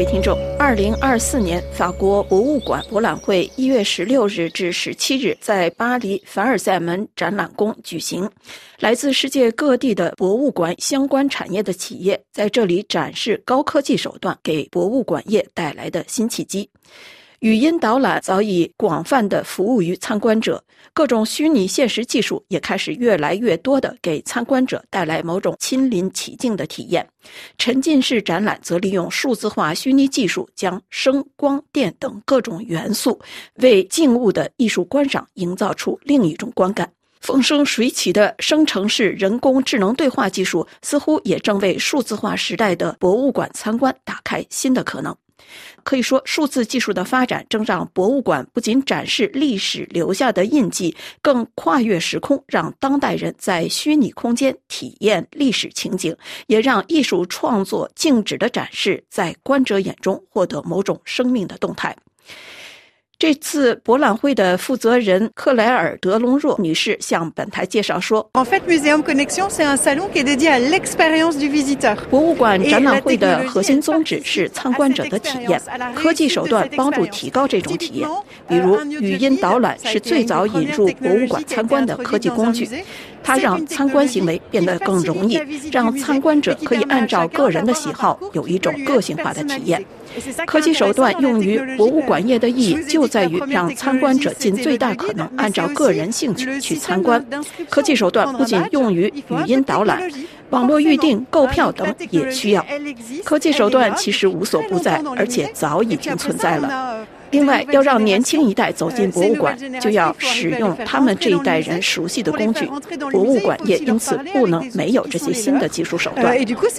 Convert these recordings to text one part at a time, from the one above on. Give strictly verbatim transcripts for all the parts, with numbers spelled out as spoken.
位听众，二零二四年法国博物馆博览会一月十六日至十七日在巴黎凡尔赛门展览宫举行，来自世界各地的博物馆相关产业的企业在这里展示高科技手段给博物馆业带来的新契机。语音导览早已广泛地服务于参观者，各种虚拟现实技术也开始越来越多地给参观者带来某种亲临其境的体验。沉浸式展览则利用数字化虚拟技术，将声、光、电等各种元素为静物的艺术观赏营造出另一种观感。风生水起的生成式人工智能对话技术似乎也正为数字化时代的博物馆参观打开新的可能。可以说，数字技术的发展正让博物馆不仅展示历史留下的印记，更跨越时空，让当代人在虚拟空间体验历史情景，也让艺术创作静止的展示在观者眼中获得某种生命的动态。这次博览会的负责人克莱尔·德隆若女士向本台介绍说 En fait, Museum Connexion, c'est un salon qui est dédié à l'expérience du visiteur. 博物馆展览会的核心宗旨是参观者的体验，科技手段帮助提高这种体验。比如，语音导览是最早引入博物馆参观的科技工具，它让参观行为变得更容易，让参观者可以按照个人的喜好有一种个性化的体验。科技手段用于博物馆业的意义就在于让参观者尽最大可能按照个人兴趣去参观。科技手段不仅用于语音导览，网络预订、购票等也需要。科技手段其实无所不在，而且早已经存在了。另外，要让年轻一代走进博物馆，就要使用他们这一代人熟悉的工具。博物馆业因此不能没有这些新的技术手段。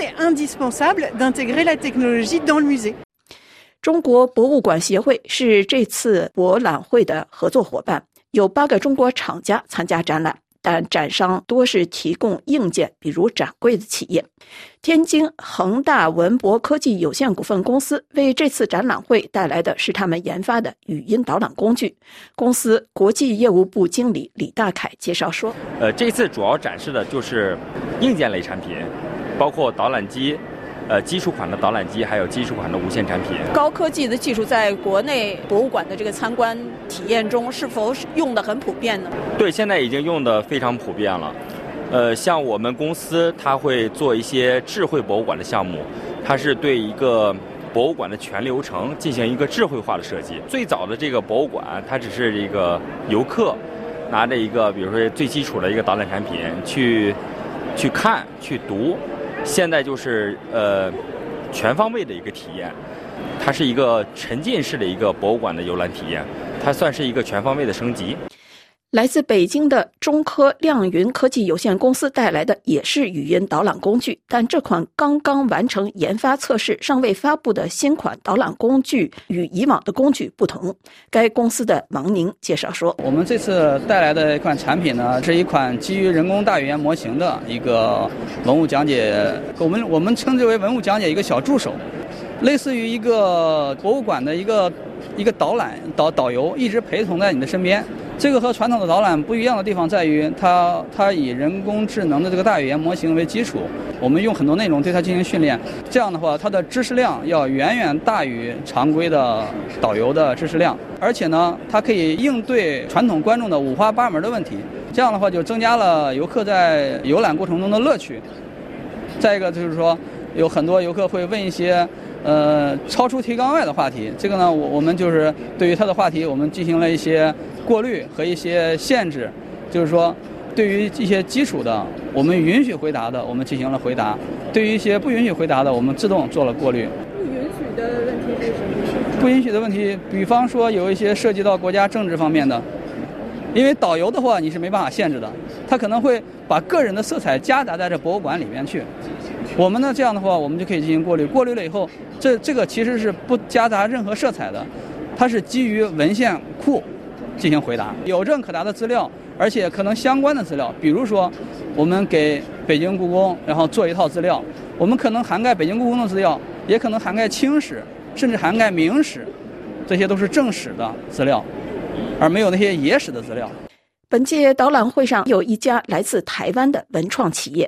中国博物馆协会是这次博览会的合作伙伴，有八个中国厂家参加展览，但展商多是提供硬件，比如展柜的企业。天津恒大文博科技有限股份公司为这次展览会带来的是他们研发的语音导览工具。公司国际业务部经理李大凯介绍说： 呃，这次主要展示的就是硬件类产品，包括导览机。呃，基础款的导览机，还有基础款的无线产品。 高科技的技术在国内博物馆的这个参观体验中，是否用得很普遍呢？ 对，现在已经用得非常普遍了。呃，像我们公司，它会做一些智慧博物馆的项目，它是对一个博物馆的全流程进行一个智慧化的设计。最早的这个博物馆，它只是一个游客拿着一个，比如说最基础的一个导览产品去去看、去读。现在就是呃全方位的一个体验，它是一个沉浸式的一个博物馆的游览体验，它算是一个全方位的升级。 来自北京的中科亮云科技有限公司带来的也是语音导览工具，但这款刚刚完成研发测试、尚未发布的新款导览工具与以往的工具不同。该公司的王宁介绍说： 我们这次带来的一款产品呢，是一款基于人工大语言模型的一个文物讲解，我们我们称之为文物讲解一个小助手，类似于一个博物馆的一个一个导览导导游，一直陪同在你的身边。这个和传统的导览不一样的地方在于，它它以人工智能的这个大语言模型为基础，我们用很多内容对它进行训练。这样的话，它的知识量要远远大于常规的导游的知识量，而且呢，它可以应对传统观众的五花八门的问题。这样的话，就增加了游客在游览过程中的乐趣。再一个就是说，有很多游客会问一些呃超出提纲外的话题，这个呢，我我们就是对于他的话题，我们进行了一些过滤和一些限制，就是说，对于一些基础的，我们允许回答的，我们进行了回答；对于一些不允许回答的，我们自动做了过滤。 不允许的问题是什么？ 不允许的问题，比方说有一些涉及到国家政治方面的，因为导游的话你是没办法限制的，他可能会把个人的色彩夹杂在这博物馆里面去。我们呢，这样的话，我们就可以进行过滤。过滤了以后，这这个其实是不夹杂任何色彩的，它是基于文献库进行回答，有证可答的资料，而且可能相关的资料，比如说我们给北京故宫然后做一套资料，我们可能涵盖北京故宫的资料，也可能涵盖清史，甚至涵盖明史，这些都是正史的资料，而没有那些野史的资料。 本届导览会上有一家来自台湾的文创企业，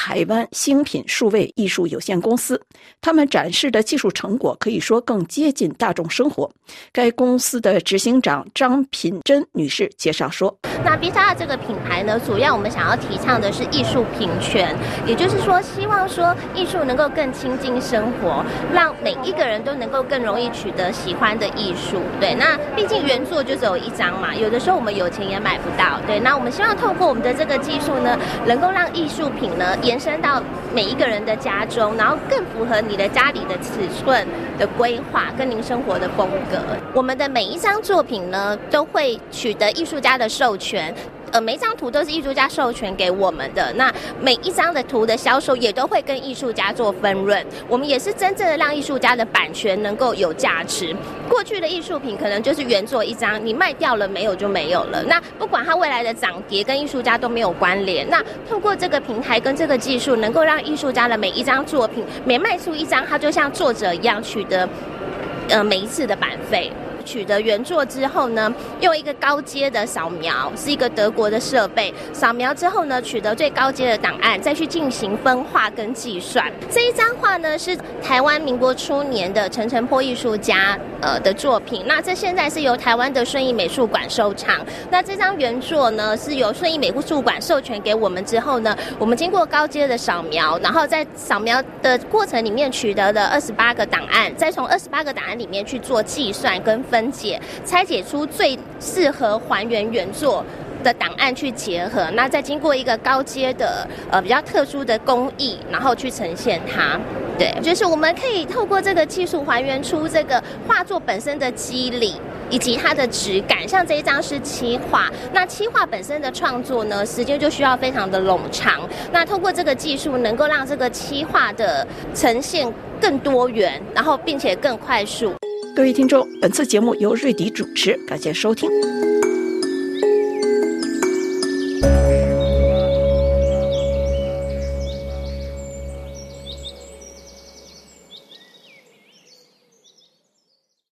台湾星品数位艺术有限公司，他们展示的技术成果可以说更接近大众生活。该公司的执行长张品珍女士介绍说， 那 Vista 这个品牌呢，主要我们想要提倡的是艺术平权，也就是说希望说艺术能够更亲近生活，让每一个人都能够更容易取得喜欢的艺术。对，那毕竟原作就只有一张嘛，有的时候我们有钱也买不到。对，那我们希望透过我们的这个技术呢，能够让艺术品呢延伸到每一个人的家中，然后更符合你的家里的尺寸的规划跟您生活的风格。我们的每一张作品呢，都会取得艺术家的授权。呃，每一张图都是艺术家授权给我们的，那每一张的图的销售也都会跟艺术家做分润。我们也是真正的让艺术家的版权能够有价值。过去的艺术品可能就是原作一张，你卖掉了没有就没有了，那不管它未来的涨跌跟艺术家都没有关联。那透过这个平台跟这个技术，能够让艺术家的每一张作品每卖出一张，它就像作者一样取得呃每一次的版费。取得原作之后呢，用一个高阶的扫描，是一个德国的设备，扫描之后呢，取得最高阶的档案，再去进行分化跟计算。这一张画呢，是台湾民国初年的陈澄波艺术家呃的作品，那这现在是由台湾的顺义美术馆收藏。那这张原作呢，是由顺义美术馆授权给我们之后呢，我们经过高阶的扫描，然后在扫描的过程里面取得了二十八个档案，再从二十八个档案里面去做计算跟分分解，拆解出最适合还原原作的档案去结合，那再经过一个高阶的呃比较特殊的工艺，然后去呈现它。对，就是我们可以透过这个技术还原出这个画作本身的肌理以及它的质感。像这一张是漆画，那漆画本身的创作呢，时间就需要非常的冗长。那透过这个技术，能够让这个漆画的呈现更多元，然后并且更快速。 各位听众，本次节目由瑞迪主持，感谢收听。